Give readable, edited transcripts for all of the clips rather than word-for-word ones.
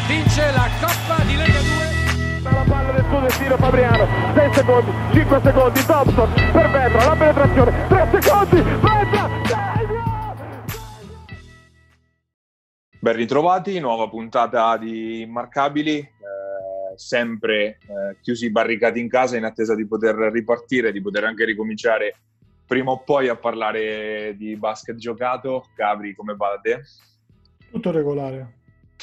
vince la Coppa di Lega 2. La palla del suo destino Fabriano, 6 secondi, 5 secondi, Thompson per Vetra, la penetrazione, 3 secondi, Vetra, ben ritrovati, nuova puntata di Immarcabili, sempre chiusi barricati in casa in attesa di poter ripartire, di poter anche ricominciare prima o poi a parlare di basket giocato. Gabri, come va da te? Tutto regolare.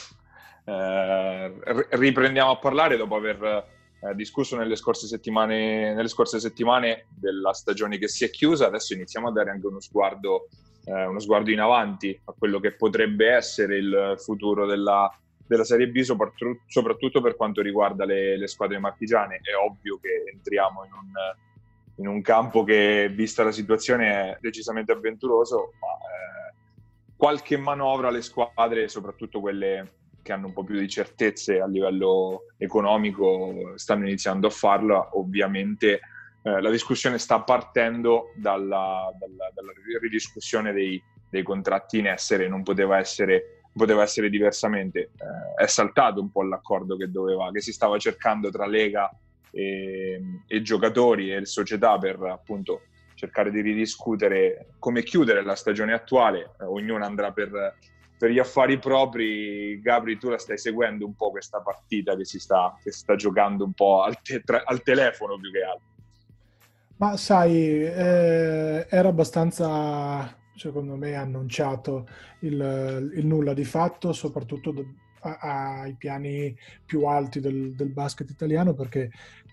Riprendiamo a parlare dopo aver discusso nelle scorse settimane della stagione che si è chiusa. Adesso iniziamo a dare anche uno sguardo in avanti a quello che potrebbe essere il futuro della Serie B, soprattutto per quanto riguarda le squadre marchigiane. È ovvio che entriamo in un campo che, vista la situazione, è decisamente avventuroso, ma qualche manovra le squadre, soprattutto quelle che hanno un po' più di certezze a livello economico, stanno iniziando a farla. Ovviamente la discussione sta partendo dalla ridiscussione dei contratti in essere. Non poteva essere diversamente. È saltato un po' l'accordo che si stava cercando tra Lega e giocatori e società per appunto cercare di ridiscutere come chiudere la stagione attuale. Ognuno andrà per gli affari propri. Gabri, tu la stai seguendo un po' questa partita che si sta giocando un po' al telefono più che altro? Ma sai, era abbastanza, secondo me, annunciato il nulla di fatto, soprattutto ai piani più alti del basket italiano, perché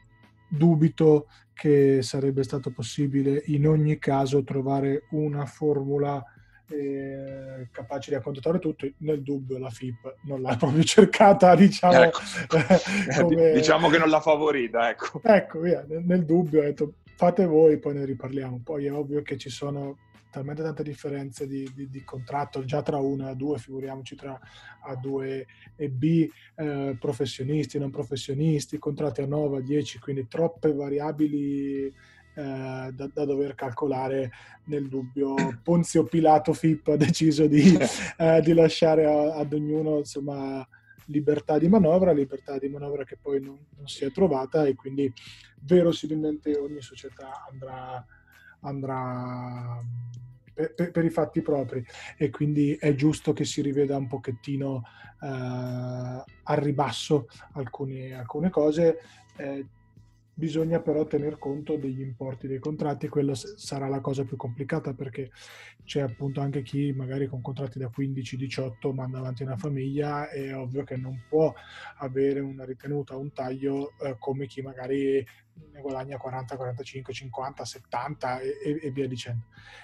dubito che sarebbe stato possibile in ogni caso trovare una formula capace di accontentare tutto. Nel dubbio la FIP non l'ha proprio cercata, diciamo, ecco. Diciamo che non l'ha favorita, ecco, via. Nel dubbio ho detto fate voi, poi ne riparliamo. Poi è ovvio che ci sono talmente tante differenze di contratto già tra 1 e A2, figuriamoci tra A2 e B, professionisti, non professionisti, contratti a 9, a 10, quindi troppe variabili da dover calcolare. Nel dubbio Ponzio Pilato FIP ha deciso di lasciare ad ognuno, insomma, libertà di manovra che poi non si è trovata, e quindi verosimilmente ogni società andrà per i fatti propri, e quindi è giusto che si riveda un pochettino al ribasso alcune cose. Bisogna però tener conto degli importi dei contratti, e quello sarà la cosa più complicata, perché c'è appunto anche chi magari con contratti da 15-18 manda avanti una famiglia. È ovvio che non può avere una ritenuta, un taglio come chi magari ne guadagna 40, 45, 50, 70 e via dicendo.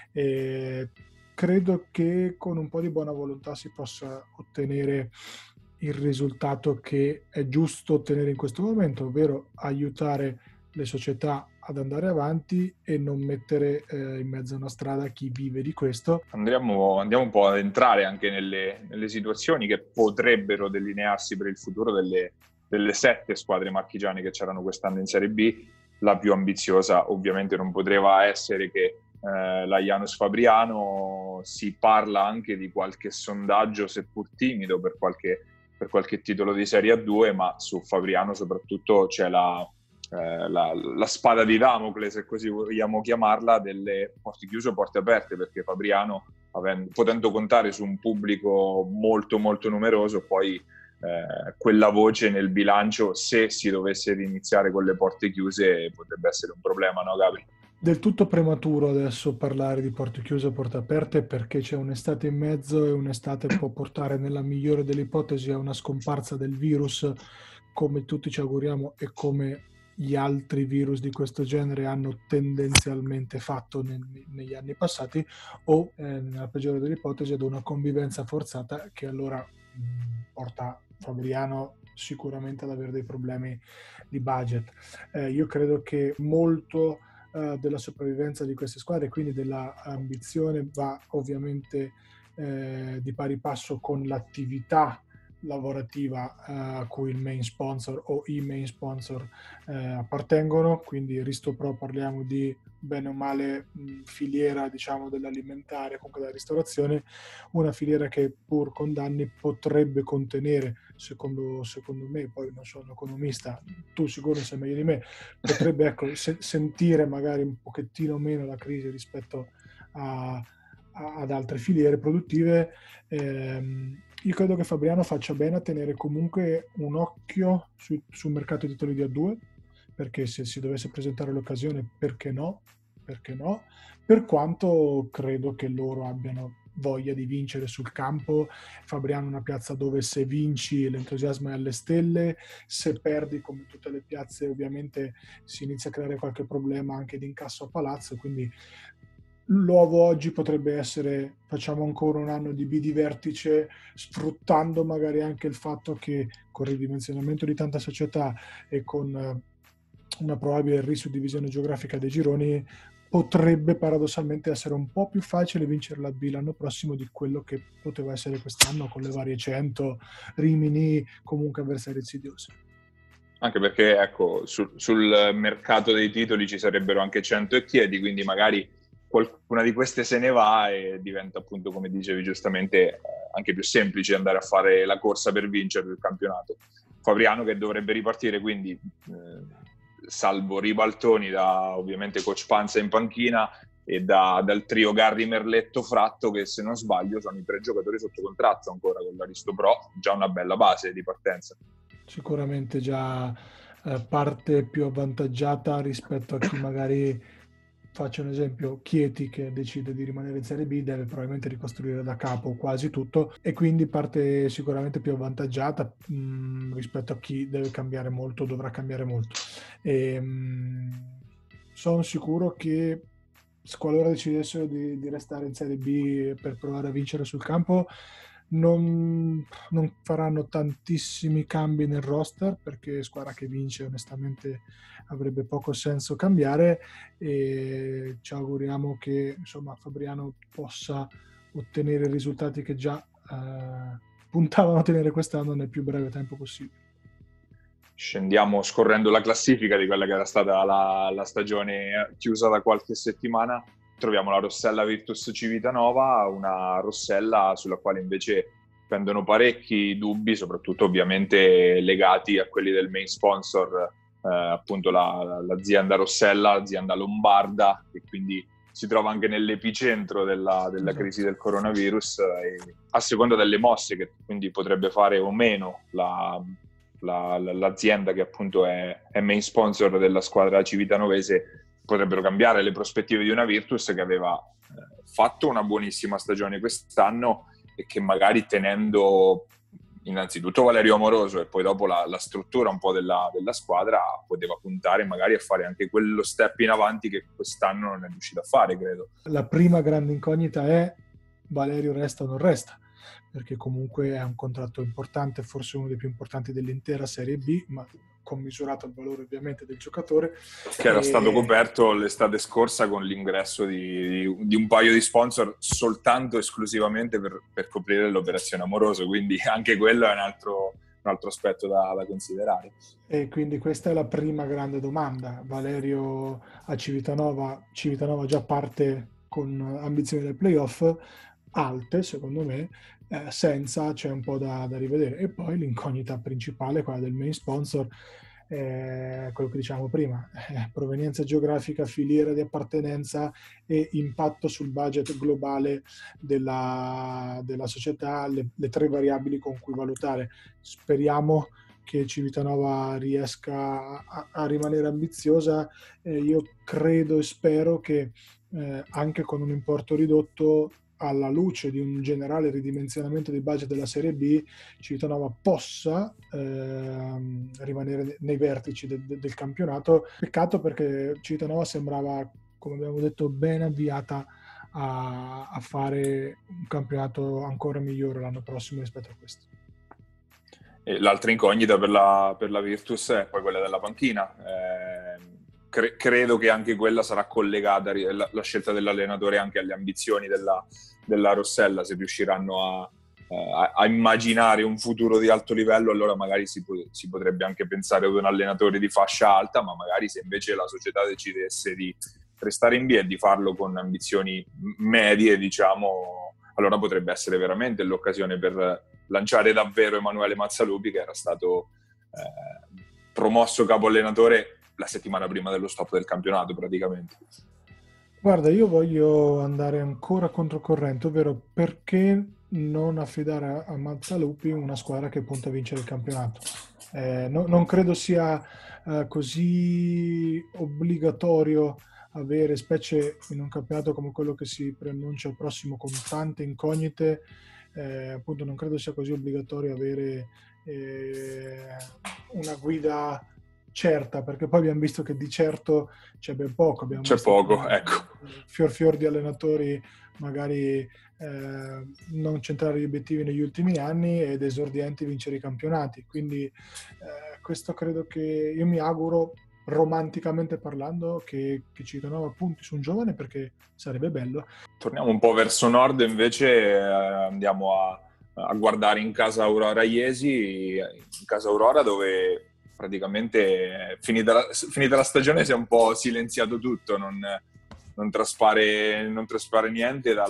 Credo che con un po' di buona volontà si possa ottenere il risultato che è giusto ottenere in questo momento, ovvero aiutare le società ad andare avanti e non mettere in mezzo a una strada chi vive di questo. Andiamo un po' ad entrare anche nelle situazioni che potrebbero delinearsi per il futuro delle 7 squadre marchigiane che c'erano quest'anno in Serie B. La più ambiziosa ovviamente non poteva essere che la Janus Fabriano. Si parla anche di qualche sondaggio, seppur timido, per qualche titolo di Serie A2, ma su Fabriano soprattutto c'è la spada di Damocle, se così vogliamo chiamarla, delle porte chiuse o porte aperte, perché Fabriano, potendo contare su un pubblico molto molto numeroso, poi quella voce nel bilancio, se si dovesse riniziare con le porte chiuse, potrebbe essere un problema, no Gabri? Del tutto prematuro adesso parlare di porte chiuse o porte aperte, perché c'è un'estate in mezzo, e un'estate può portare, nella migliore delle ipotesi, a una scomparsa del virus, come tutti ci auguriamo e come gli altri virus di questo genere hanno tendenzialmente fatto negli anni passati, o nella peggiore delle ipotesi ad una convivenza forzata, che allora porta Fabriano sicuramente ad avere dei problemi di budget. Io credo che molto della sopravvivenza di queste squadre, quindi della ambizione, va ovviamente di pari passo con l'attività lavorativa a cui il main sponsor o i main sponsor appartengono. Quindi Risto Pro parliamo di bene o male filiera, diciamo, dell'alimentare, comunque della ristorazione, una filiera che pur con danni potrebbe contenere, secondo me, poi non sono economista, tu sicuro sai meglio di me, potrebbe sentire magari un pochettino meno la crisi rispetto ad altre filiere produttive. Io credo che Fabriano faccia bene a tenere comunque un occhio sul mercato titoli di A2, perché se si dovesse presentare l'occasione, perché no? Per quanto credo che loro abbiano voglia di vincere sul campo. Fabriano è una piazza dove se vinci l'entusiasmo è alle stelle, se perdi, come tutte le piazze, ovviamente si inizia a creare qualche problema anche di incasso a palazzo, quindi l'uovo oggi potrebbe essere: facciamo ancora un anno di B di vertice, sfruttando magari anche il fatto che con il ridimensionamento di tanta società e con una probabile risuddivisione geografica dei gironi potrebbe paradossalmente essere un po' più facile vincere la B l'anno prossimo di quello che poteva essere quest'anno con le varie 100 Rimini, comunque avversari insidiosi. Anche perché, ecco, sul mercato dei titoli ci sarebbero anche 100 e Chiedi, quindi magari qualcuna di queste se ne va e diventa, appunto, come dicevi giustamente, anche più semplice andare a fare la corsa per vincere il campionato. Fabriano che dovrebbe ripartire, quindi salvo ribaltoni da ovviamente coach Panza in panchina e dal trio Garri, Merletto, Fratto, che se non sbaglio sono i 3 giocatori sotto contratto ancora con l'Aristo Pro, già una bella base di partenza. Sicuramente già parte più avvantaggiata rispetto a chi magari, faccio un esempio, Chieti, che decide di rimanere in Serie B, deve probabilmente ricostruire da capo quasi tutto e quindi parte sicuramente più avvantaggiata rispetto a chi deve cambiare molto, dovrà cambiare molto. Sono sicuro che qualora decidessero di restare in Serie B per provare a vincere sul campo, non faranno tantissimi cambi nel roster, perché squadra che vince onestamente avrebbe poco senso cambiare, e ci auguriamo che insomma Fabriano possa ottenere i risultati che già puntavano a ottenere quest'anno nel più breve tempo possibile. Scendiamo scorrendo la classifica di quella che era stata la stagione chiusa da qualche settimana. Troviamo la Rossella Virtus Civitanova, una Rossella sulla quale invece pendono parecchi dubbi, soprattutto ovviamente legati a quelli del main sponsor, appunto l'azienda Rossella, azienda lombarda, che quindi si trova anche nell'epicentro della crisi del coronavirus, e a seconda delle mosse che quindi potrebbe fare o meno l'azienda che appunto è main sponsor della squadra civitanovese, potrebbero cambiare le prospettive di una Virtus che aveva fatto una buonissima stagione quest'anno e che magari, tenendo innanzitutto Valerio Amoroso e poi dopo la struttura un po' della squadra, poteva puntare magari a fare anche quello step in avanti che quest'anno non è riuscito a fare, credo. La prima grande incognita è: Valerio resta o non resta? Perché comunque è un contratto importante, forse uno dei più importanti dell'intera Serie B, ma commisurato al valore ovviamente del giocatore. Che era stato coperto l'estate scorsa con l'ingresso di un paio di sponsor soltanto esclusivamente per coprire l'operazione Amoroso, quindi anche quello è un altro aspetto da considerare. E quindi questa è la prima grande domanda. Valerio a Civitanova già parte con ambizioni del playoff alte, secondo me, senza, c'è un po' da rivedere. E poi l'incognita principale, quella del main sponsor, quello che diciamo prima, provenienza geografica, filiera di appartenenza e impatto sul budget globale della società, le 3 variabili con cui valutare. Speriamo che Civitanova riesca a rimanere ambiziosa. Io credo e spero che anche con un importo ridotto, alla luce di un generale ridimensionamento dei budget della Serie B, Civitanova possa rimanere nei vertici del campionato. Peccato, perché Civitanova sembrava, come abbiamo detto, ben avviata a fare un campionato ancora migliore l'anno prossimo rispetto a questo. E l'altra incognita per la Virtus è poi quella della panchina. Credo che anche quella sarà collegata, la scelta dell'allenatore, anche alle ambizioni della Rossella. Se riusciranno a immaginare un futuro di alto livello, allora magari si potrebbe anche pensare ad un allenatore di fascia alta, ma magari se invece la società decidesse di restare in B e di farlo con ambizioni medie, diciamo, allora potrebbe essere veramente l'occasione per lanciare davvero Emanuele Mazzalupi, che era stato promosso capo allenatore la settimana prima dello stop del campionato praticamente. Guarda, io voglio andare ancora controcorrente, ovvero perché non affidare a Mazzalupi una squadra che punta a vincere il campionato. Non credo sia così obbligatorio avere, specie in un campionato come quello che si preannuncia il prossimo con tante incognite, appunto non credo sia così obbligatorio avere una guida certa, perché poi abbiamo visto che di certo c'è ben poco. C'è poco, ecco. Fior di allenatori magari non centrare gli obiettivi negli ultimi anni ed esordienti vincere i campionati. Quindi questo credo che io mi auguro, romanticamente parlando, che ci rinova punti su un giovane, perché sarebbe bello. Torniamo un po' verso nord invece, andiamo a guardare in casa Aurora Iesi, in casa Aurora dove praticamente finita la stagione si è un po' silenziato tutto, non traspare niente da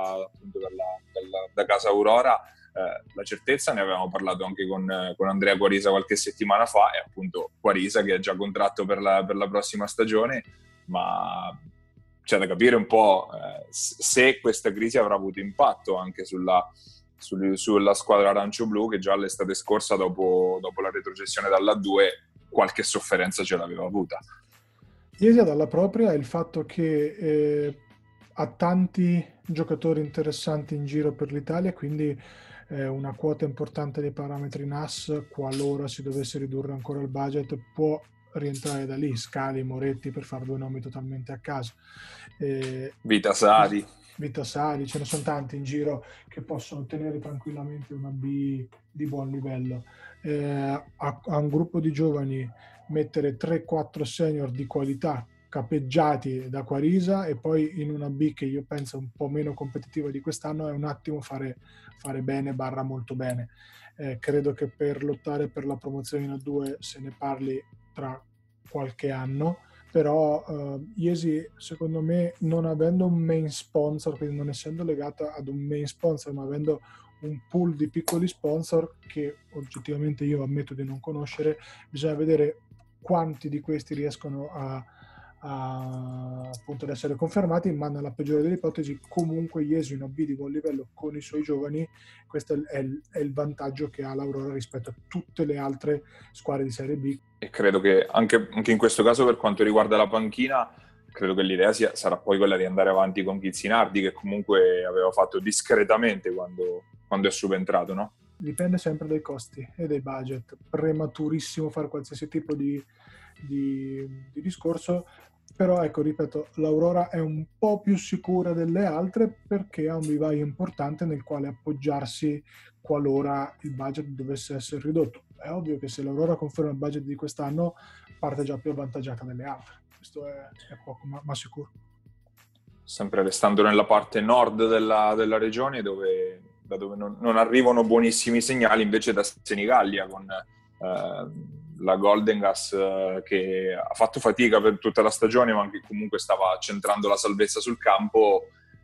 casa Aurora. La certezza, ne avevamo parlato anche con Andrea Quarisa qualche settimana fa, è appunto Quarisa che ha già contratto per la prossima stagione, ma c'è da capire un po' se questa crisi avrà avuto impatto anche sulla squadra arancio-blu, che già l'estate scorsa dopo la retrocessione dalla 2 qualche sofferenza ce l'aveva avuta. Iesi dalla propria il fatto che ha tanti giocatori interessanti in giro per l'Italia, quindi una quota importante dei parametri NAS, qualora si dovesse ridurre ancora il budget, può rientrare da lì. Scali, Moretti, per fare due nomi totalmente a caso. Vitasari, ce ne sono tanti in giro che possono ottenere tranquillamente una B di buon livello. A un gruppo di giovani mettere 3-4 senior di qualità capeggiati da Quarisa e poi in una B che io penso un po' meno competitiva di quest'anno è un attimo fare bene / molto bene. Credo che per lottare per la promozione in A2 se ne parli tra qualche anno, però Iesi secondo me, non avendo un main sponsor, quindi non essendo legata ad un main sponsor ma avendo un pool di piccoli sponsor che oggettivamente io ammetto di non conoscere, bisogna vedere quanti di questi riescono appunto ad essere confermati, ma nella peggiore delle ipotesi comunque Iesi una B di buon livello con i suoi giovani. Questo è il vantaggio che ha l'Aurora rispetto a tutte le altre squadre di Serie B. E credo che anche in questo caso, per quanto riguarda la panchina, credo che l'idea sarà poi quella di andare avanti con Chizzinardi, che comunque aveva fatto discretamente quando è subentrato, no? Dipende sempre dai costi e dai budget. Prematurissimo fare qualsiasi tipo di discorso, però ecco, ripeto, l'Aurora è un po' più sicura delle altre perché ha un vivaio importante nel quale appoggiarsi qualora il budget dovesse essere ridotto. È ovvio che se l'Aurora conferma il budget di quest'anno parte già più avvantaggiata delle altre, questo è poco ma sicuro. Sempre restando nella parte nord della regione, da dove non arrivano buonissimi segnali, invece da Senigallia, con la Golden Gas che ha fatto fatica per tutta la stagione, ma che comunque stava centrando la salvezza sul campo.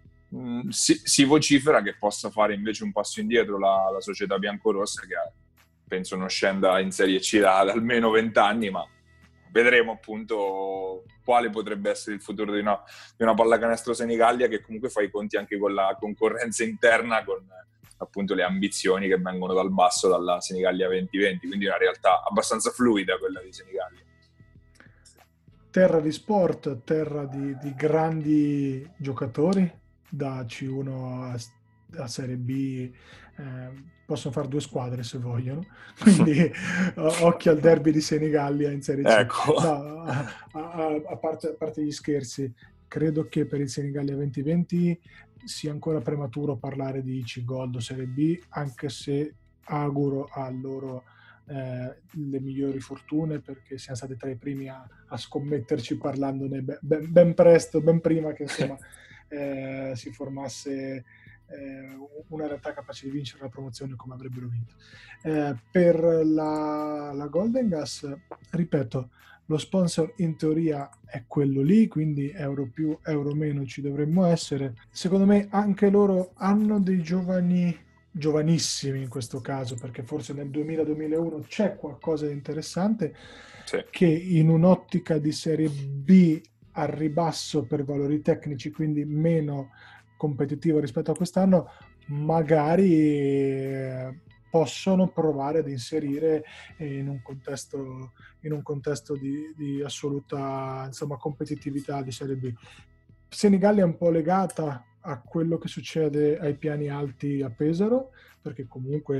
Si vocifera che possa fare invece un passo indietro la società biancorossa, che penso non scenda in Serie C da almeno 20 anni, ma vedremo appunto quale potrebbe essere il futuro di una pallacanestro Senigallia, che comunque fa i conti anche con la concorrenza interna, con appunto le ambizioni che vengono dal basso, dalla Senigallia 2020, quindi una realtà abbastanza fluida quella di Senigallia. Terra di sport, terra di grandi giocatori, da C1 a Serie B, possono fare due squadre se vogliono, quindi occhio al derby di Senigallia in Serie C. Ecco. No, a parte gli scherzi, credo che per il Senigallia 2020 sia ancora prematuro parlare di IC Gold o Serie B, anche se auguro a loro le migliori fortune, perché siamo stati tra i primi a scommetterci parlandone ben presto, ben prima che insomma si formasse una realtà capace di vincere la promozione come avrebbero vinto. Per la Golden Gas, ripeto, lo sponsor in teoria è quello lì, quindi euro più, euro meno ci dovremmo essere. Secondo me anche loro hanno dei giovanissimi in questo caso, perché forse nel 2000-2001 c'è qualcosa di interessante, Sì. che in un'ottica di Serie B al ribasso per valori tecnici, quindi meno competitivo rispetto a quest'anno, magari possono provare ad inserire in un contesto di assoluta, insomma, competitività di Serie B. Senigallia è un po' legata a quello che succede ai piani alti a Pesaro, perché comunque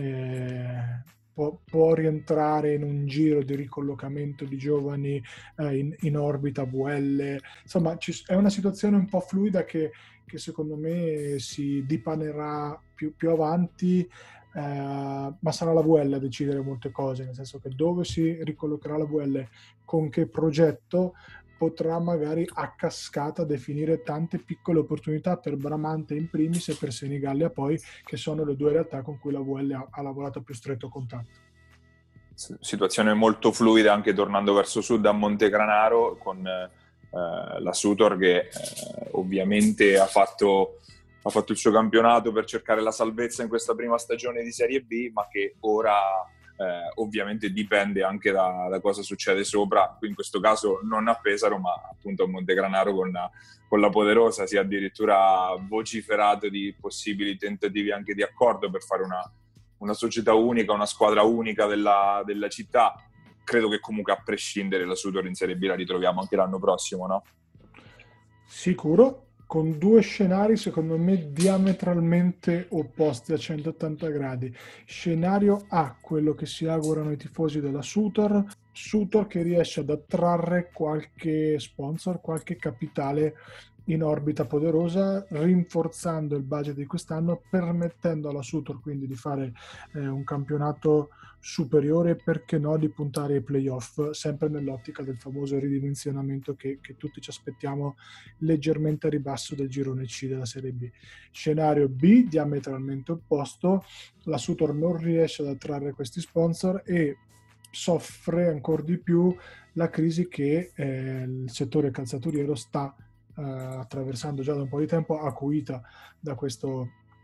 può rientrare in un giro di ricollocamento di giovani in orbita VL. Insomma, è una situazione un po' fluida che secondo me si dipanerà più avanti, ma sarà la VL a decidere molte cose, nel senso che dove si ricollocherà la VL, con che progetto, potrà magari a cascata definire tante piccole opportunità per Bramante in primis e per Senigallia poi, che sono le due realtà con cui la VL ha lavorato a più stretto contatto. Situazione molto fluida anche tornando verso sud a Montegranaro con la Sutor che ovviamente ha fatto il suo campionato per cercare la salvezza in questa prima stagione di Serie B, ma che ora ovviamente dipende anche da cosa succede sopra, in questo caso non a Pesaro ma appunto a Montegranaro con la Poderosa. Si è addirittura vociferato di possibili tentativi anche di accordo per fare una società unica, una squadra unica della città. Credo che comunque a prescindere la Sutor in Serie B la ritroviamo anche l'anno prossimo, no? Sicuro, con due scenari secondo me diametralmente opposti a 180 gradi. Scenario A, quello che si augurano i tifosi della Sutor che riesce ad attrarre qualche sponsor, qualche capitale in orbita poderosa, rinforzando il budget di quest'anno, permettendo alla Sutor quindi di fare un campionato superiore, perché no di puntare ai playoff, sempre nell'ottica del famoso ridimensionamento che tutti ci aspettiamo leggermente a ribasso del girone C della Serie B. Scenario B, diametralmente opposto, la Sutor non riesce ad attrarre questi sponsor e soffre ancora di più la crisi che il settore calzaturiero sta attraversando già da un po' di tempo, acuita da questa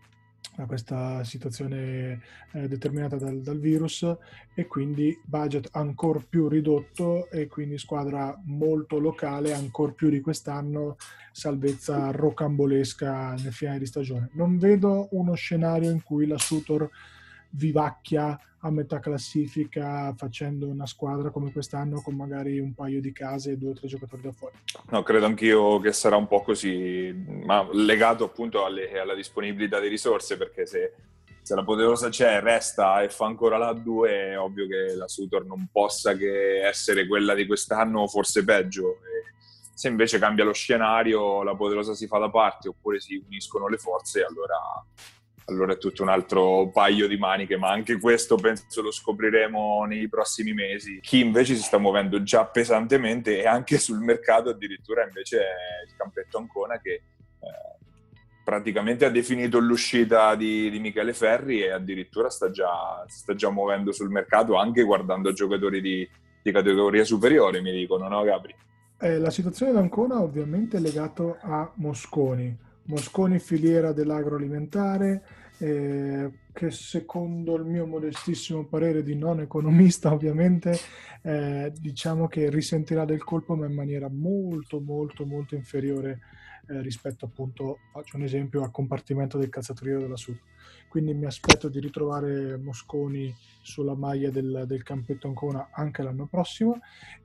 situazione determinata dal virus, e quindi budget ancora più ridotto e quindi squadra molto locale ancora più di quest'anno, salvezza rocambolesca nel finale di stagione. Non vedo uno scenario in cui la Sutor vivacchia a metà classifica facendo una squadra come quest'anno con magari un paio di case e 2 o 3 giocatori da fuori. No, credo anch'io che sarà un po' così, ma legato appunto alla disponibilità di risorse, perché se la Poderosa c'è, resta e fa ancora la 2, è ovvio che la Sutor non possa che essere quella di quest'anno, forse peggio. E se invece cambia lo scenario, la Poderosa si fa da parte oppure si uniscono le forze, allora è tutto un altro paio di maniche, ma anche questo penso lo scopriremo nei prossimi mesi. Chi invece si sta muovendo già pesantemente e anche sul mercato addirittura invece è il Campetto Ancona, che praticamente ha definito l'uscita di Michele Ferri e addirittura sta già muovendo sul mercato, anche guardando giocatori di categoria superiore, mi dicono, no Gabri? La situazione d'Ancona ovviamente è legata a Mosconi, filiera dell'agroalimentare, che secondo il mio modestissimo parere di non economista ovviamente, diciamo che risentirà del colpo, ma in maniera molto molto molto inferiore rispetto, appunto, faccio un esempio, al compartimento del calzaturiero della Sud. Quindi mi aspetto di ritrovare Mosconi sulla maglia del Campetto Ancona anche l'anno prossimo,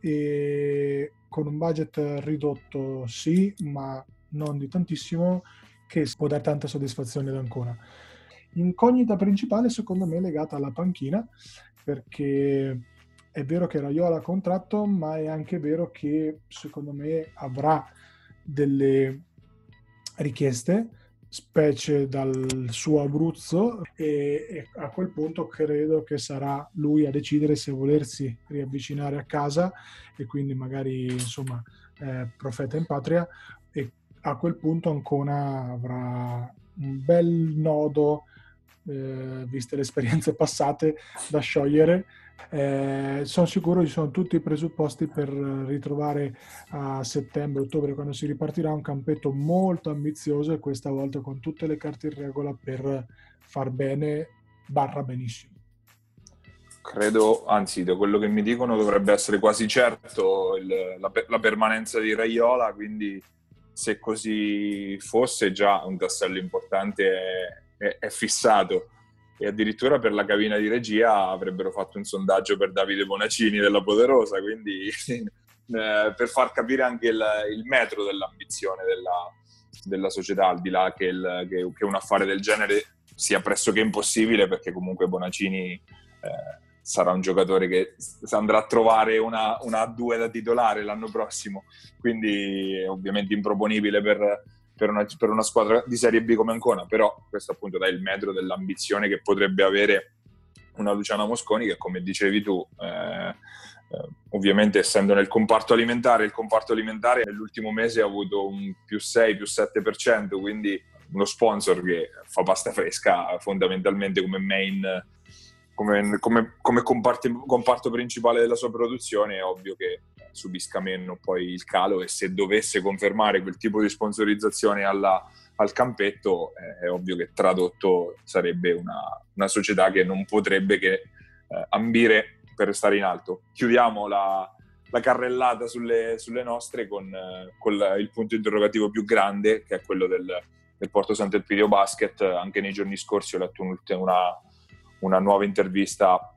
e con un budget ridotto sì, ma non di tantissimo, che può dare tanta soddisfazione ad Ancona. Incognita principale secondo me è legata alla panchina, perché è vero che Raiola ha contratto, ma è anche vero che secondo me avrà delle richieste, specie dal suo Abruzzo, e a quel punto credo che sarà lui a decidere se volersi riavvicinare a casa e quindi magari, insomma, profeta in patria, e a quel punto Ancona avrà un bel nodo, viste le esperienze passate, da sciogliere, Sono sicuro ci sono tutti i presupposti per ritrovare a settembre-ottobre, quando si ripartirà, un campetto molto ambizioso, e questa volta con tutte le carte in regola per far bene / benissimo. Credo, anzi, da quello che mi dicono dovrebbe essere quasi certo la permanenza di Raiola, quindi se così fosse già un tassello importante è fissato. E addirittura per la cabina di regia avrebbero fatto un sondaggio per Davide Bonaccini della Poderosa, quindi per far capire anche il metro dell'ambizione della società, al di là che un affare del genere sia pressoché impossibile, perché comunque Bonaccini sarà un giocatore che andrà a trovare una A2 da titolare l'anno prossimo, quindi è ovviamente improponibile per una squadra di Serie B come Ancona, però questo appunto dà il metro dell'ambizione che potrebbe avere una Luciana Mosconi, che, come dicevi tu, ovviamente essendo nel comparto alimentare, il comparto alimentare nell'ultimo mese ha avuto un +6, +7%, quindi uno sponsor che fa pasta fresca fondamentalmente come main, come comparto principale della sua produzione. È ovvio che subisca meno poi il calo, e se dovesse confermare quel tipo di sponsorizzazione al campetto, è ovvio che tradotto sarebbe una società che non potrebbe che ambire per restare in alto. Chiudiamo la carrellata sulle nostre con il punto interrogativo più grande, che è quello del Porto Sant'Elpidio Basket. Anche nei giorni scorsi ho letto una nuova intervista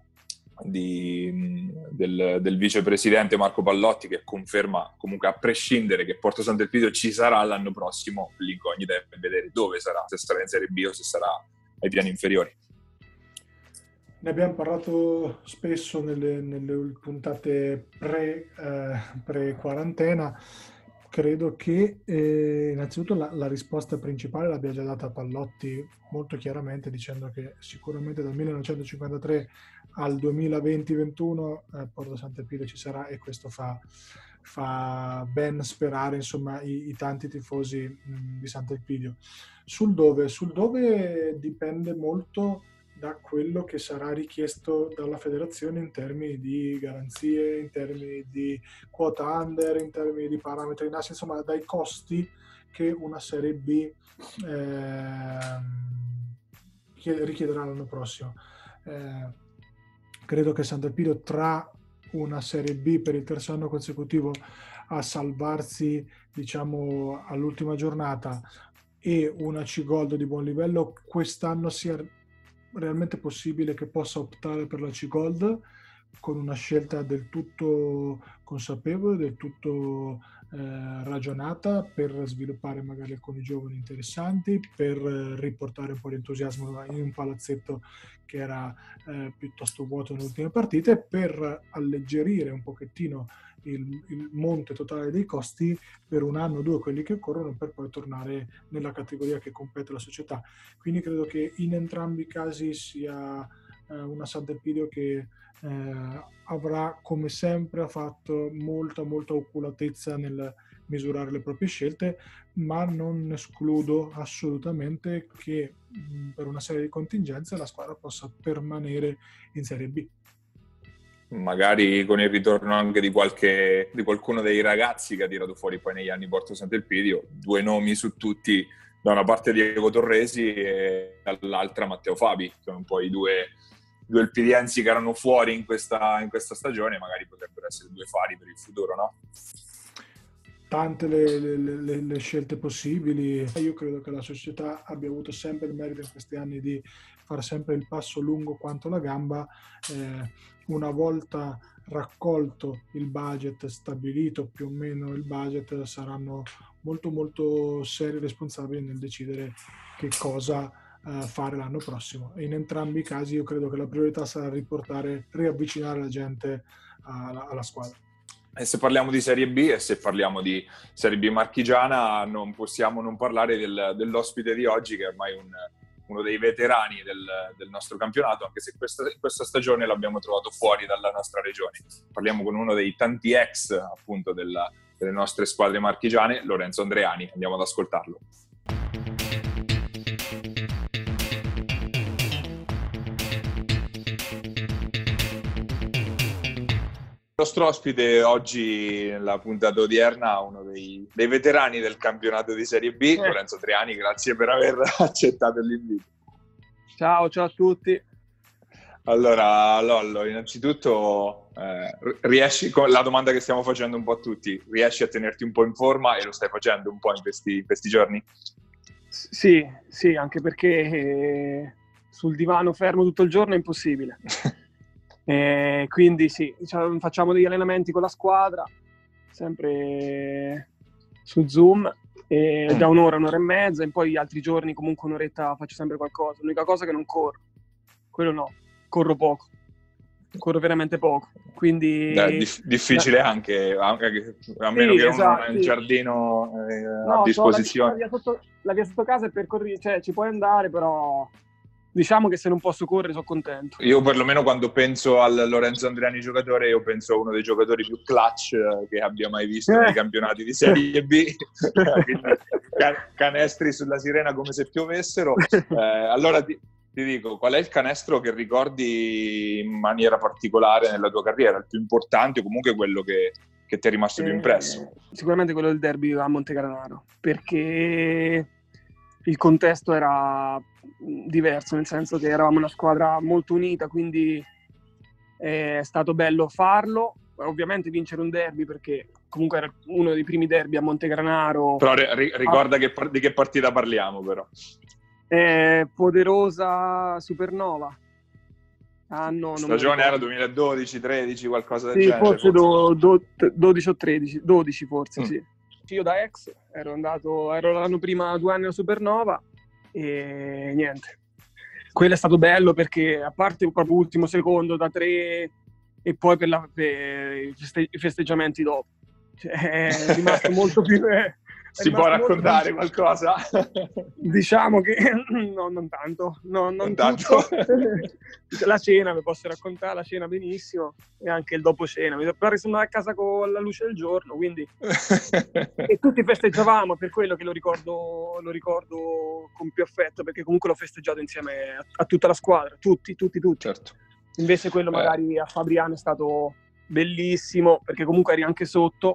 del vicepresidente Marco Pallotti, che conferma comunque, a prescindere, che Porto Sant'Elpidio ci sarà l'anno prossimo. L'incognita è vedere dove sarà, se sarà in Serie B o se sarà ai piani inferiori. Ne abbiamo parlato spesso nelle puntate pre-quarantena. Credo che innanzitutto la risposta principale l'abbia già data Pallotti molto chiaramente, dicendo che sicuramente dal 1953 al 2020-21 Porto Sant'Elpidio ci sarà, e questo fa ben sperare, insomma, i tanti tifosi di Sant'Elpidio. Sul dove dipende molto da quello che sarà richiesto dalla federazione in termini di garanzie, in termini di quota under, in termini di parametri NAS, insomma dai costi che una Serie B richiederà l'anno prossimo. Credo che Sant'Elpidio, tra una Serie B per il terzo anno consecutivo a salvarsi, diciamo, all'ultima giornata, e una C-Gold di buon livello, quest'anno sia realmente possibile che possa optare per la C-Gold, con una scelta del tutto consapevole, del tutto ragionata, per sviluppare magari alcuni giovani interessanti, per riportare un po' di entusiasmo in un palazzetto che era piuttosto vuoto nelle ultime partite, per alleggerire un pochettino il monte totale dei costi per un anno o due, quelli che corrono, per poi tornare nella categoria che compete la società. Quindi credo che in entrambi i casi sia una Sant'Elpidio che avrà, come sempre ha fatto, molta oculatezza nel misurare le proprie scelte, ma non escludo assolutamente che per una serie di contingenze la squadra possa permanere in Serie B. Magari con il ritorno anche di qualcuno dei ragazzi che ha tirato fuori poi negli anni Porto Sant'Elpidio. 2 nomi su tutti, da una parte Diego Torresi e dall'altra Matteo Fabi, sono un po' i due elpidiensi che erano fuori in questa stagione. Magari potrebbero essere 2 fari per il futuro, no? Tante le scelte possibili. Io credo che la società abbia avuto sempre il merito in questi anni di fare sempre il passo lungo quanto la gamba. Una volta raccolto il budget, stabilito più o meno il budget, saranno molto seri e responsabili nel decidere che cosa fare l'anno prossimo. E in entrambi i casi io credo che la priorità sarà riavvicinare la gente alla squadra. E se parliamo di Serie B e se parliamo di Serie B marchigiana, non possiamo non parlare dell'ospite di oggi, che è ormai uno dei veterani del nostro campionato, anche se questa stagione l'abbiamo trovato fuori dalla nostra regione. Parliamo con uno dei tanti ex, appunto, delle nostre squadre marchigiane, Lorenzo Andreani. Andiamo ad ascoltarlo. nostro ospite oggi nella puntata odierna, uno dei veterani del campionato di Serie B, Lorenzo Triani. Grazie per aver accettato l'invito. Ciao a tutti. Allora, Lollo, innanzitutto riesci, con la domanda che stiamo facendo un po' a tutti, riesci a tenerti un po' in forma, e lo stai facendo un po' in questi giorni? Sì, anche perché sul divano fermo tutto il giorno è impossibile. Quindi sì, facciamo degli allenamenti con la squadra, sempre su Zoom, da un'ora e mezza, e poi altri giorni comunque un'oretta faccio sempre qualcosa. L'unica cosa è che non corro, quello no, corro veramente poco, quindi difficile anche a meno che uno non ha il giardino a disposizione. La via sotto casa è percorribile, cioè ci puoi andare, però diciamo che se non posso correre sono contento. Io perlomeno quando penso al Lorenzo Andriani giocatore, io penso a uno dei giocatori più clutch che abbia mai visto nei campionati di Serie B. Canestri sulla sirena come se piovessero. Allora ti dico, qual è il canestro che ricordi in maniera particolare nella tua carriera, il più importante, o comunque quello che ti è rimasto più impresso? Sicuramente quello del derby a Montegranaro, perché il contesto era diverso, nel senso che eravamo una squadra molto unita, quindi è stato bello farlo. Ovviamente vincere un derby, perché comunque era uno dei primi derby a Montegranaro. Però ricorda di che partita parliamo, però. Poderosa Supernova. Stagione era 2012-13, qualcosa del genere. Forse 12 o 13, 12 forse, sì. Io da ex ero l'anno prima 2 anni alla Supernova e niente. Quello è stato bello perché, a parte proprio ultimo secondo da 3 e poi per i festeggiamenti dopo, cioè, è rimasto molto più... Si può raccontare qualcosa? Diciamo che no, non tanto. Non tanto. La cena, vi posso raccontare la cena benissimo, e anche il dopo cena. Mi pare che sono andato a casa con la luce del giorno, quindi e tutti festeggiavamo, per quello che lo ricordo con più affetto, perché comunque l'ho festeggiato insieme a tutta la squadra, tutti. Certo. Invece quello magari a Fabriano è stato bellissimo, perché comunque eri anche sotto.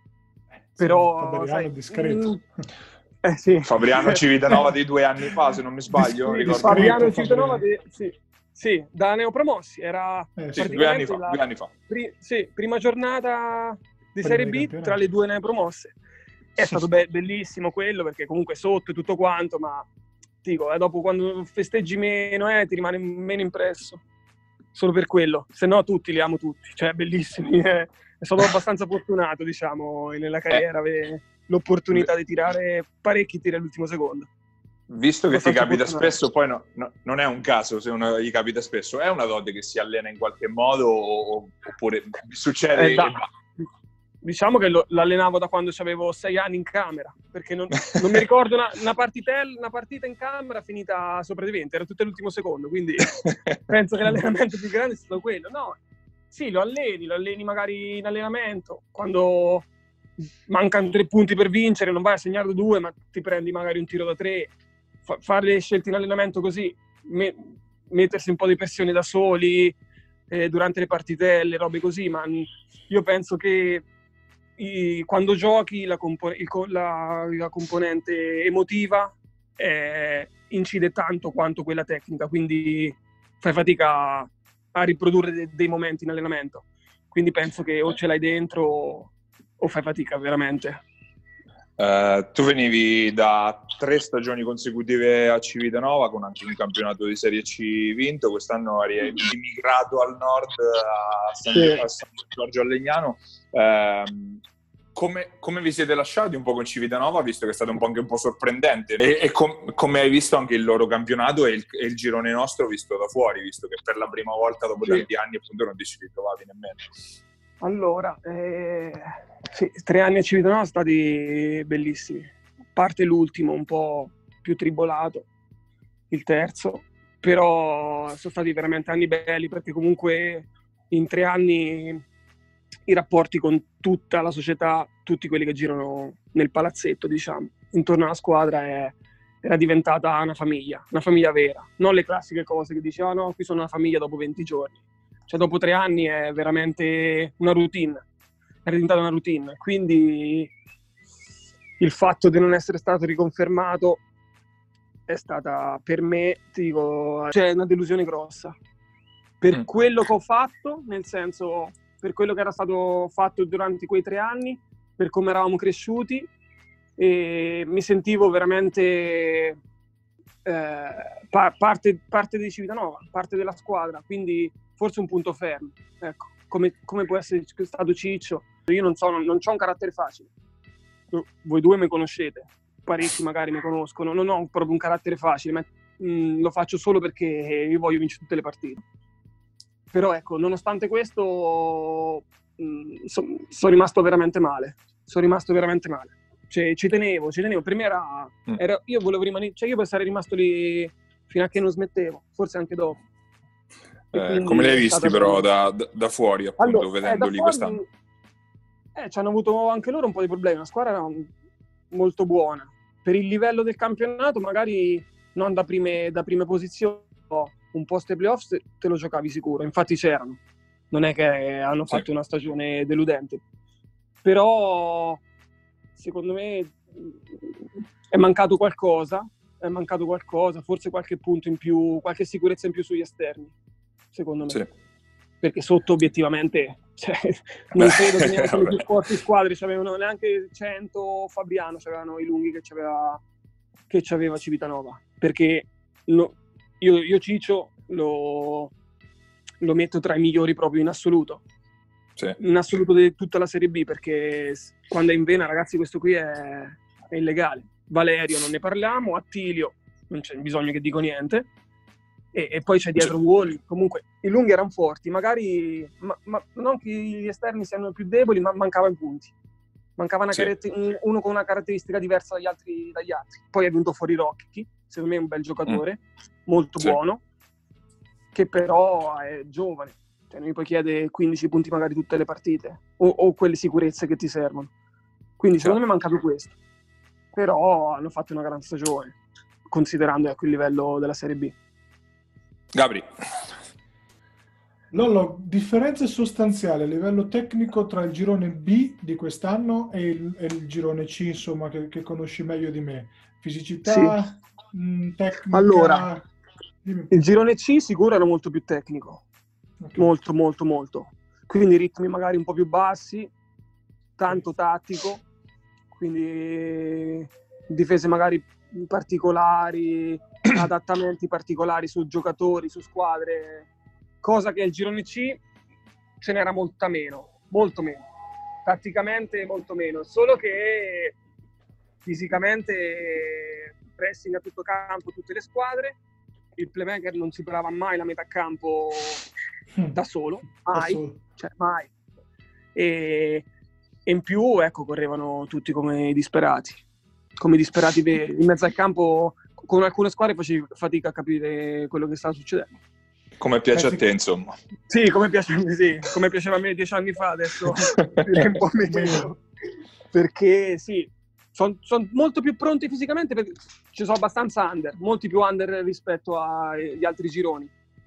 Però Fabriano è discreto. Sì. Fabriano Civitanova di 2 anni fa, se non mi sbaglio. Fabriano Civitanova sì, da neopromossi era 2 anni fa. Prima giornata di Serie B tra le 2 neopromosse. È stato bellissimo quello, perché comunque sotto e tutto quanto, ma dico, dopo quando festeggi meno ti rimane meno impresso, solo per quello. Se no tutti li amo tutti, cioè bellissimi. È stato abbastanza fortunato, diciamo, nella carriera avere l'opportunità di tirare parecchi tiri all'ultimo secondo. Visto che ti capita spesso, poi non è un caso se uno gli capita spesso, è una dote che si allena in qualche modo oppure succede? Diciamo che l'allenavo da quando avevo 6 anni in camera, perché non mi ricordo una partita in camera finita sopra di 20, era tutto l'ultimo secondo, quindi penso che l'allenamento più grande sia stato quello. No, sì, lo alleni magari in allenamento, quando mancano 3 punti per vincere, non vai a segnare 2, ma ti prendi magari un tiro da 3, fare le scelte in allenamento così, mettersi un po' di pressione da soli durante le partitelle, robe così, ma io penso che quando giochi la componente emotiva incide tanto quanto quella tecnica, quindi fai fatica a riprodurre dei momenti in allenamento, quindi penso che o ce l'hai dentro o fai fatica veramente. Tu venivi da 3 stagioni consecutive a Civitanova, con anche un campionato di Serie C vinto. Quest'anno eri immigrato al nord a San Giorgio al Legnano. Come vi siete lasciati un po' con Civitanova, visto che è stato anche un po' sorprendente, e come hai visto anche il loro campionato e il girone nostro visto da fuori, visto che per la prima volta dopo tanti anni appunto non ti ci ritrovavi nemmeno? Allora, 3 anni a Civitanova sono stati bellissimi, a parte l'ultimo un po' più tribolato, il terzo, però sono stati veramente anni belli, perché comunque in 3 anni i rapporti con tutta la società, tutti quelli che girano nel palazzetto, diciamo, intorno alla squadra, era diventata una famiglia vera, non le classiche cose che dici, no, qui sono una famiglia dopo 20 giorni. cioè dopo 3 anni è veramente una routine, è diventata una routine, quindi il fatto di non essere stato riconfermato è stata per me, ti dico, cioè una delusione grossa per quello che ho fatto, nel senso per quello che era stato fatto durante quei 3 anni, per come eravamo cresciuti, e mi sentivo veramente parte di Civitanova, parte della squadra, quindi forse un punto fermo, ecco, come può essere stato Ciccio. Io non c'ho un carattere facile, voi due mi conoscete, parecchi magari mi conoscono, non ho proprio un carattere facile, ma lo faccio solo perché io voglio vincere tutte le partite. Però ecco, nonostante questo sono rimasto veramente male, cioè ci tenevo, per me era io volevo rimanere, cioè io per stare rimasto lì fino a che non smettevo, forse anche dopo. Come li hai visti però da fuori, appunto, allora, vedendoli quest'anno? Ci hanno avuto anche loro un po' di problemi, la squadra era molto buona. Per il livello del campionato, magari non da prime posizioni, un post ai playoff te lo giocavi sicuro, infatti c'erano. Non è che hanno fatto una stagione deludente. Però, secondo me, è mancato qualcosa, forse qualche punto in più, qualche sicurezza in più sugli esterni, secondo me. Sì. Perché sotto obiettivamente non credo che neanche le più forti squadre c'avevano neanche 100 Fabriano, c'avevano i lunghi che c'aveva Civitanova, perché io Ciccio lo metto tra i migliori proprio in assoluto, in assoluto di tutta la Serie B, perché quando è in vena, ragazzi, questo qui è illegale. Valerio non ne parliamo, Attilio non c'è bisogno che dico niente. E poi c'è dietro Wall, comunque i lunghi erano forti, magari ma non che gli esterni siano più deboli, ma mancavano i punti, mancava uno con una caratteristica diversa dagli altri. Poi è venuto fuori Rocchi, secondo me è un bel giocatore, molto buono, che però è giovane, cioè non gli puoi chiedere 15 punti magari tutte le partite o quelle sicurezze che ti servono, quindi secondo me è mancato questo, però hanno fatto una gran stagione considerando il livello della Serie B. Gabri. Lollo, differenze sostanziali a livello tecnico tra il girone B di quest'anno e il girone C, insomma, che conosci meglio di me. Fisicità, tecnica... Allora, il girone C sicuro era molto più tecnico, molto, molto, molto. Quindi ritmi magari un po' più bassi, tanto tattico, quindi difese magari particolari, adattamenti particolari su giocatori, su squadre, cosa che il girone C ce n'era molto meno, tatticamente molto meno, solo che fisicamente pressing a tutto campo, tutte le squadre, il playmaker non superava mai la metà campo da solo, mai. E in più, ecco, correvano tutti come disperati veri. In mezzo al campo, con alcune squadre facevi fatica a capire quello che stava succedendo. Come piace a te, insomma. Sì, come piaceva a me 10 anni fa, adesso è un po' meno. Perché sì, sono molto più pronti fisicamente, perché ci sono abbastanza under, molti più under rispetto agli altri gironi.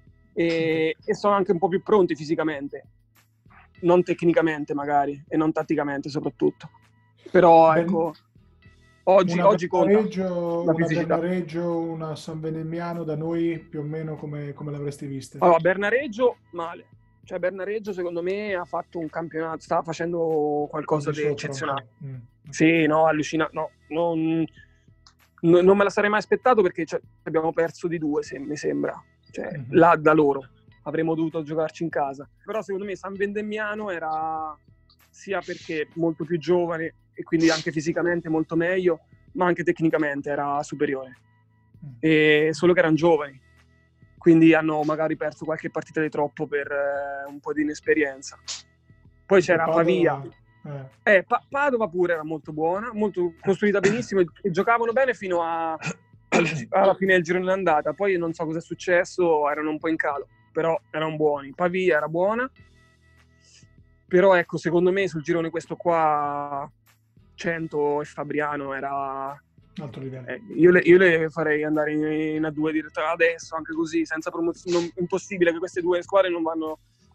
E sono anche un po' più pronti fisicamente, non tecnicamente magari, e non tatticamente soprattutto. Però ecco... Oggi conta una Bernareggio, una San Venemmiano da noi più o meno come l'avresti vista? Allora, Bernareggio male, cioè Bernareggio secondo me ha fatto un campionato, stava facendo qualcosa di eccezionale. Sì, no, allucinante, no, non me la sarei mai aspettato, perché abbiamo perso di 2, mi sembra, cioè là da loro avremmo dovuto giocarci in casa. Però secondo me San Vendemmiano era, sia perché molto più giovane e quindi anche fisicamente molto meglio, ma anche tecnicamente era superiore. E solo che erano giovani, quindi hanno magari perso qualche partita di troppo per un po' di inesperienza. Poi c'era Pavia. Padova pure era molto buona, molto costruita benissimo, e giocavano bene fino alla fine del girone d'andata. Poi non so cosa è successo, erano un po' in calo, però erano buoni. Pavia era buona, però ecco, secondo me sul girone questo qua 100 e Fabriano era alto livello. Io le farei andare in A2 direttamente adesso, anche così, senza promozione. Impossibile che queste due squadre non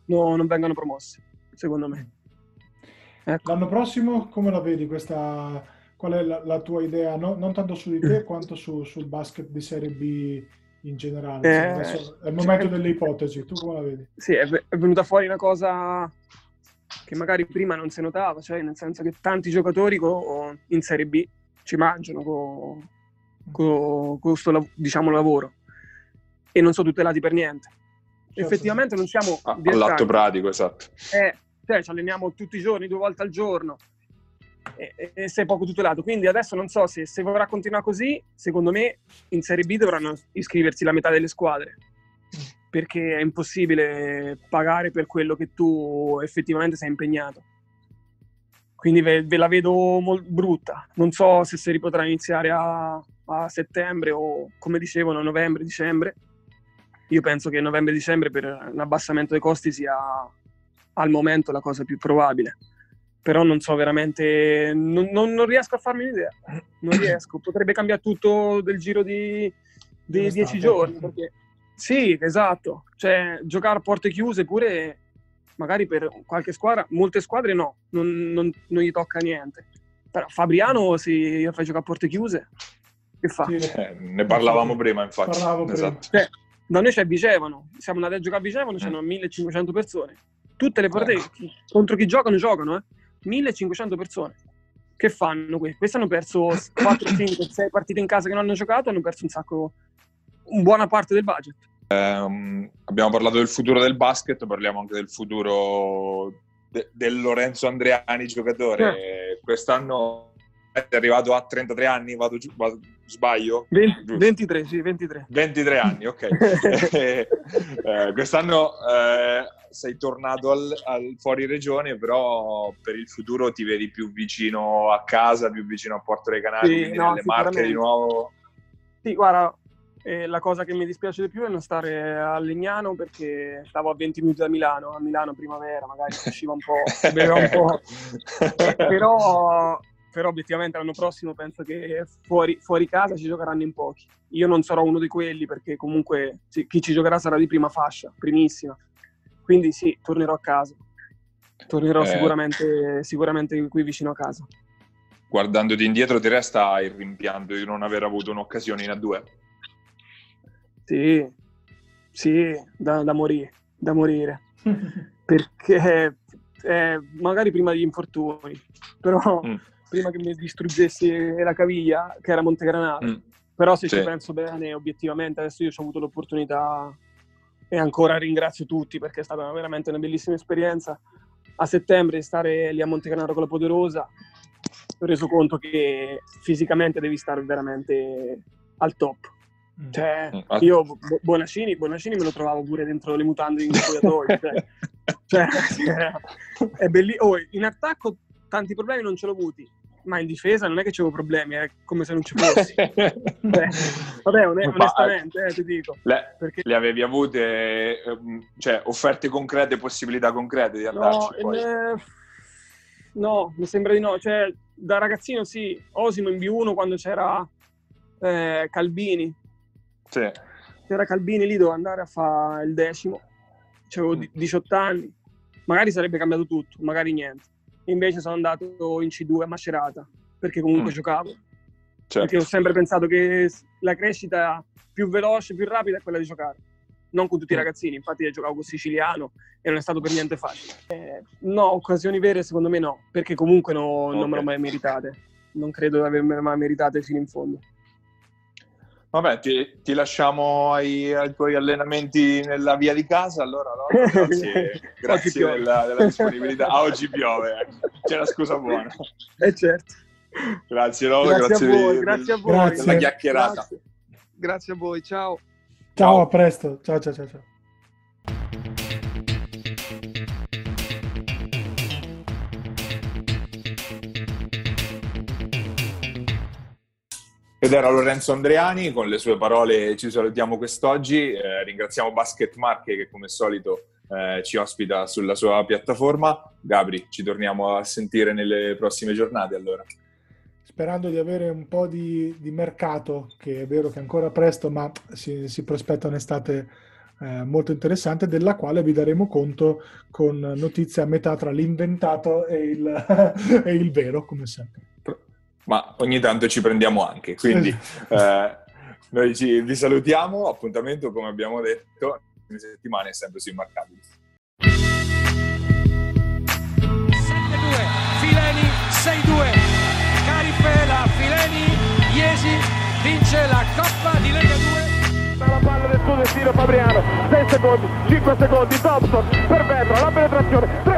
non vengano promossi, secondo me. Ecco. L'anno prossimo come la vedi questa? Qual è la tua idea? Non tanto su di te quanto sul basket di Serie B in generale. Adesso è il momento delle ipotesi. Tu come la vedi? Sì, è venuta fuori una cosa che magari prima non si notava, cioè nel senso che tanti giocatori in Serie B ci mangiano con questo, diciamo, lavoro e non sono tutelati per niente. Certo. Effettivamente non siamo all'atto pratico, esatto. Cioè, ci alleniamo tutti i giorni, 2 volte al giorno e sei poco tutelato. Quindi adesso non so se vorrà continuare così. Secondo me in Serie B dovranno iscriversi la metà delle squadre, perché è impossibile pagare per quello che tu effettivamente sei impegnato. Quindi ve la vedo brutta. Non so se si potrà iniziare a settembre o, come dicevano, novembre, dicembre. Io penso che novembre-dicembre per un abbassamento dei costi sia al momento la cosa più probabile. Però non so veramente, non riesco a farmi un'idea. Non riesco. Potrebbe cambiare tutto del giro di 10 giorni. Perché... Sì, esatto. Cioè, giocare a porte chiuse pure, magari per qualche squadra, molte squadre no, non gli tocca niente. Però Fabriano, se io fai giocare a porte chiuse, che fa? Sì, ne parlavamo prima, infatti. Esatto. Cioè, da noi c'è Vigevano, siamo andati a giocare a Vigevano, c'erano 1500 persone. Tutte le partite contro chi giocano, 1500 persone. Che fanno questi? Questi hanno perso 4, 5, 6 partite in casa che non hanno giocato, hanno perso un buona parte del budget. Abbiamo parlato del futuro del basket, parliamo anche del futuro del Lorenzo Andreani giocatore. Quest'anno è arrivato a 33 anni, sbaglio? 23, sì, 23. 23 anni, ok. Quest'anno sei tornato al fuori regione, però per il futuro ti vedi più vicino a casa, più vicino a Porto dei Canali, sì, quindi nelle Marche di nuovo. Sì, guarda, la cosa che mi dispiace di più è non stare a Legnano, perché stavo a 20 minuti da Milano. A Milano primavera, magari usciva un po', beveva un po'. Però obiettivamente l'anno prossimo penso che fuori casa ci giocheranno in pochi. Io non sarò uno di quelli, perché comunque chi ci giocherà sarà di prima fascia, primissima. Quindi sì, tornerò a casa. Tornerò sicuramente qui vicino a casa. Guardandoti indietro, ti resta il rimpianto di non aver avuto un'occasione in A2? Sì, da morire. Perché magari prima degli infortuni, però prima che mi distruggessi la caviglia, che era Montegranaro. Però se ci penso bene, obiettivamente, adesso io ho avuto l'opportunità e ancora ringrazio tutti, perché è stata veramente una bellissima esperienza. A settembre stare lì a Montegranaro con la Poderosa, ho reso conto che fisicamente devi stare veramente al top. Cioè, io Bonaccini me lo trovavo pure dentro le mutande in spogliatoio. cioè, è bellissimo. In attacco tanti problemi non ce l'ho avuti, ma in difesa non è che c'avevo problemi, è come se non ci fossi. Vabbè, onestamente, ti dico. Perché le avevi avute, cioè, offerte concrete, possibilità concrete di andarci? No, mi sembra di no. Cioè, da ragazzino sì, Osimo in B1 quando c'era Calbini. Sì. C'era Calbini lì, dovevo andare a fare il 10°. C'avevo 18 anni. Magari sarebbe cambiato tutto, magari niente. Invece sono andato in C2 a Macerata, perché comunque giocavo. Certo. Perché ho sempre pensato che la crescita più veloce, più rapida è quella di giocare. Non con tutti i ragazzini, infatti io giocavo con Siciliano e non è stato per niente facile. No, occasioni vere secondo me no, perché comunque non me l'ho mai meritate. Non credo di avermele mai meritate fino in fondo. Vabbè, ti lasciamo ai tuoi allenamenti nella via di casa, allora, no? Grazie della disponibilità. Oggi piove, c'è la scusa buona. Certo. Grazie a voi. Della chiacchierata. Grazie a voi, ciao. Ciao, a presto. Ciao. Ed era Lorenzo Andreani, con le sue parole ci salutiamo quest'oggi. Ringraziamo Basket Marche che come solito ci ospita sulla sua piattaforma. Gabri, ci torniamo a sentire nelle prossime giornate allora. Sperando di avere un po' di mercato, che è vero che è ancora presto, ma si prospetta un'estate molto interessante, della quale vi daremo conto con notizie a metà tra l'inventato e il vero, come sempre. Ma ogni tanto ci prendiamo anche, quindi noi vi salutiamo, appuntamento come abbiamo detto, in settimane sempre su Immarcabili. 7-2, Fileni 6-2, Carifela, Fileni, Iesi vince la Coppa di Lega 2. La palla del suo destino Fabriano, 6 secondi, 5 secondi, Thompson per Vetra, la penetrazione,